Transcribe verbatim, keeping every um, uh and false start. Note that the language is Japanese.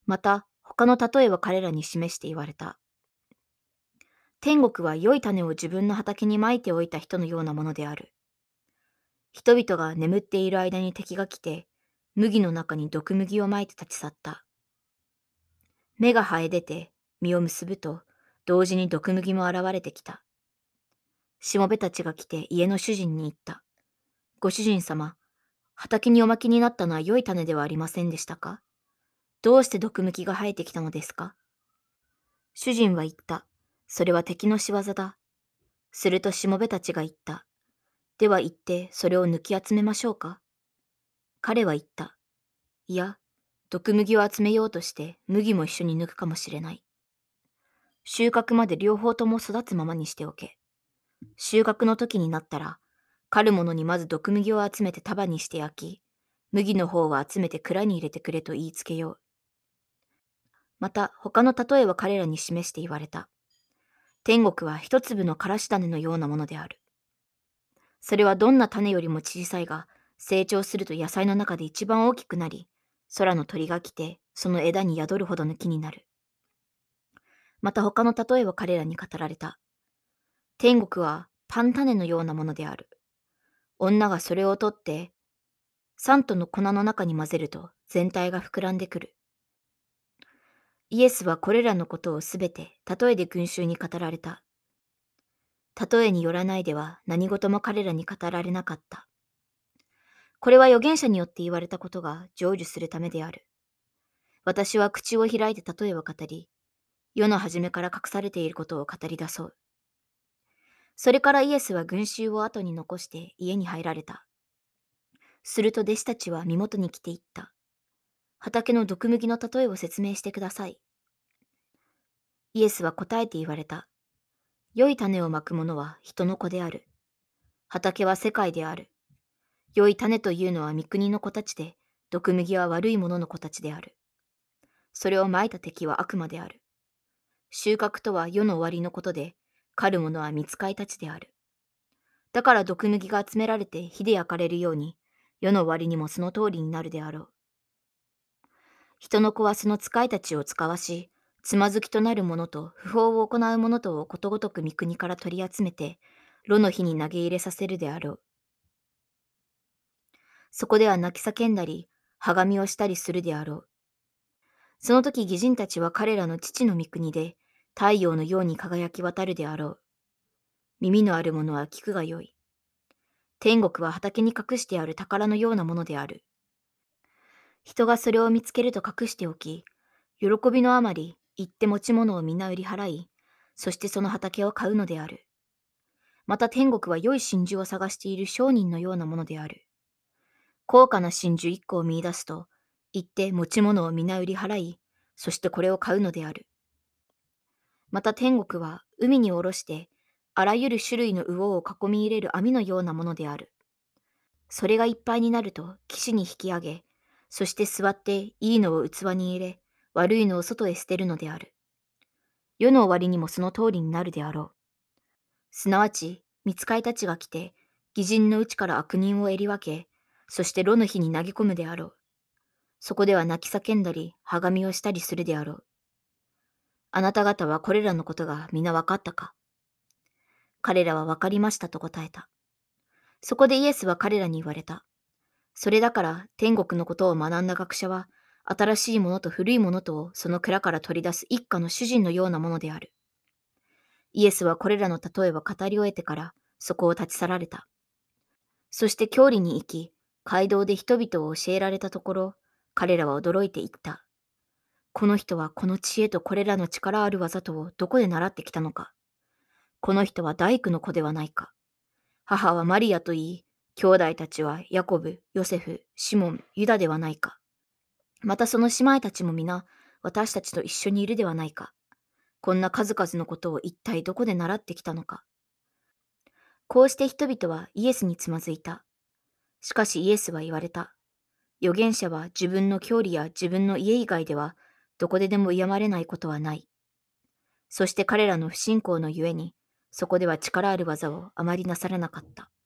また、他の例えは彼らに示して言われた。天国は良い種を自分の畑にまいておいた人のようなものである。人々が眠っている間に敵が来て、麦の中に毒麦をまいて立ち去った。芽が生え出て、実を結ぶと、同時に毒麦も現れてきた。しもべたちが来て家の主人に言った。ご主人様、畑におまきになったのは良い種ではありませんでしたか？どうして毒麦が生えてきたのですか？主人は言った。それは敵の仕業だ。するとしもべたちが言った。では行ってそれを抜き集めましょうか？彼は言った。いや、毒麦を集めようとして麦も一緒に抜くかもしれない。収穫まで両方とも育つままにしておけ。収穫の時になったら、狩る者にまず毒麦を集めて束にして焼き、麦の方は集めて蔵に入れてくれと言いつけよう。また他の例えは彼らに示して言われた。天国は一粒のからし種のようなものである。それはどんな種よりも小さいが、成長すると野菜の中で一番大きくなり、空の鳥が来て、その枝に宿るほどの木になる。また他の例えは彼らに語られた。天国はパン種のようなものである。女がそれを取って、サントの粉の中に混ぜると全体が膨らんでくる。イエスはこれらのことをすべて例えで群衆に語られた。例えによらないでは何事も彼らに語られなかった。これは預言者によって言われたことが成就するためである。私は口を開いて例えを語り、世の初めから隠されていることを語り出そう。それからイエスは群衆を後に残して家に入られた。すると弟子たちは身元に来て言った。畑の毒麦の例えを説明してください。イエスは答えて言われた。良い種をまく者は人の子である。畑は世界である。良い種というのは御国の子たちで、毒麦は悪い者の子たちである。それをまいた敵は悪魔である。収穫とは世の終わりのことで、狩る者は御使いたちである。だから毒麦が集められて火で焼かれるように、世の終わりにもその通りになるであろう。人の子はその使いたちを使わし、つまずきとなる者と不法を行う者とをことごとく御国から取り集めて、炉の火に投げ入れさせるであろう。そこでは泣き叫んだり、はがみをしたりするであろう。その時義人たちは彼らの父の御国で、太陽のように輝き渡るであろう。耳のある者は聞くがよい。天国は畑に隠してある宝のようなものである。人がそれを見つけると隠しておき、喜びのあまり、行って持ち物を皆売り払い、そしてその畑を買うのである。また天国は良い真珠を探している商人のようなものである。高価な真珠一個を見出すと、行って持ち物を皆売り払い、そしてこれを買うのである。また天国は海に下ろして、あらゆる種類の魚を囲み入れる網のようなものである。それがいっぱいになると岸に引き上げ、そして座っていいのを器に入れ、悪いのを外へ捨てるのである。世の終わりにもその通りになるであろう。すなわち、御使いたちが来て、義人のうちから悪人をえり分け、そして炉の火に投げ込むであろう。そこでは泣き叫んだり、はがみをしたりするであろう。あなた方はこれらのことが皆わかったか？彼らはわかりましたと答えた。そこでイエスは彼らに言われた。それだから天国のことを学んだ学者は、新しいものと古いものとをその蔵から取り出す一家の主人のようなものである。イエスはこれらの例えを語り終えてから、そこを立ち去られた。そして郷里に行き、街道で人々を教えられたところ、彼らは驚いていった。この人はこの知恵とこれらの力ある技とをどこで習ってきたのか。この人は大工の子ではないか。母はマリアといい、兄弟たちはヤコブ、ヨセフ、シモン、ユダではないか。またその姉妹たちも皆、私たちと一緒にいるではないか。こんな数々のことを一体どこで習ってきたのか。こうして人々はイエスにつまずいた。しかしイエスは言われた。預言者は自分の郷里や自分の家以外では、どこででも敬まれないことはない。そして彼らの不信仰のゆえに、そこでは力ある技をあまりなさらなかった。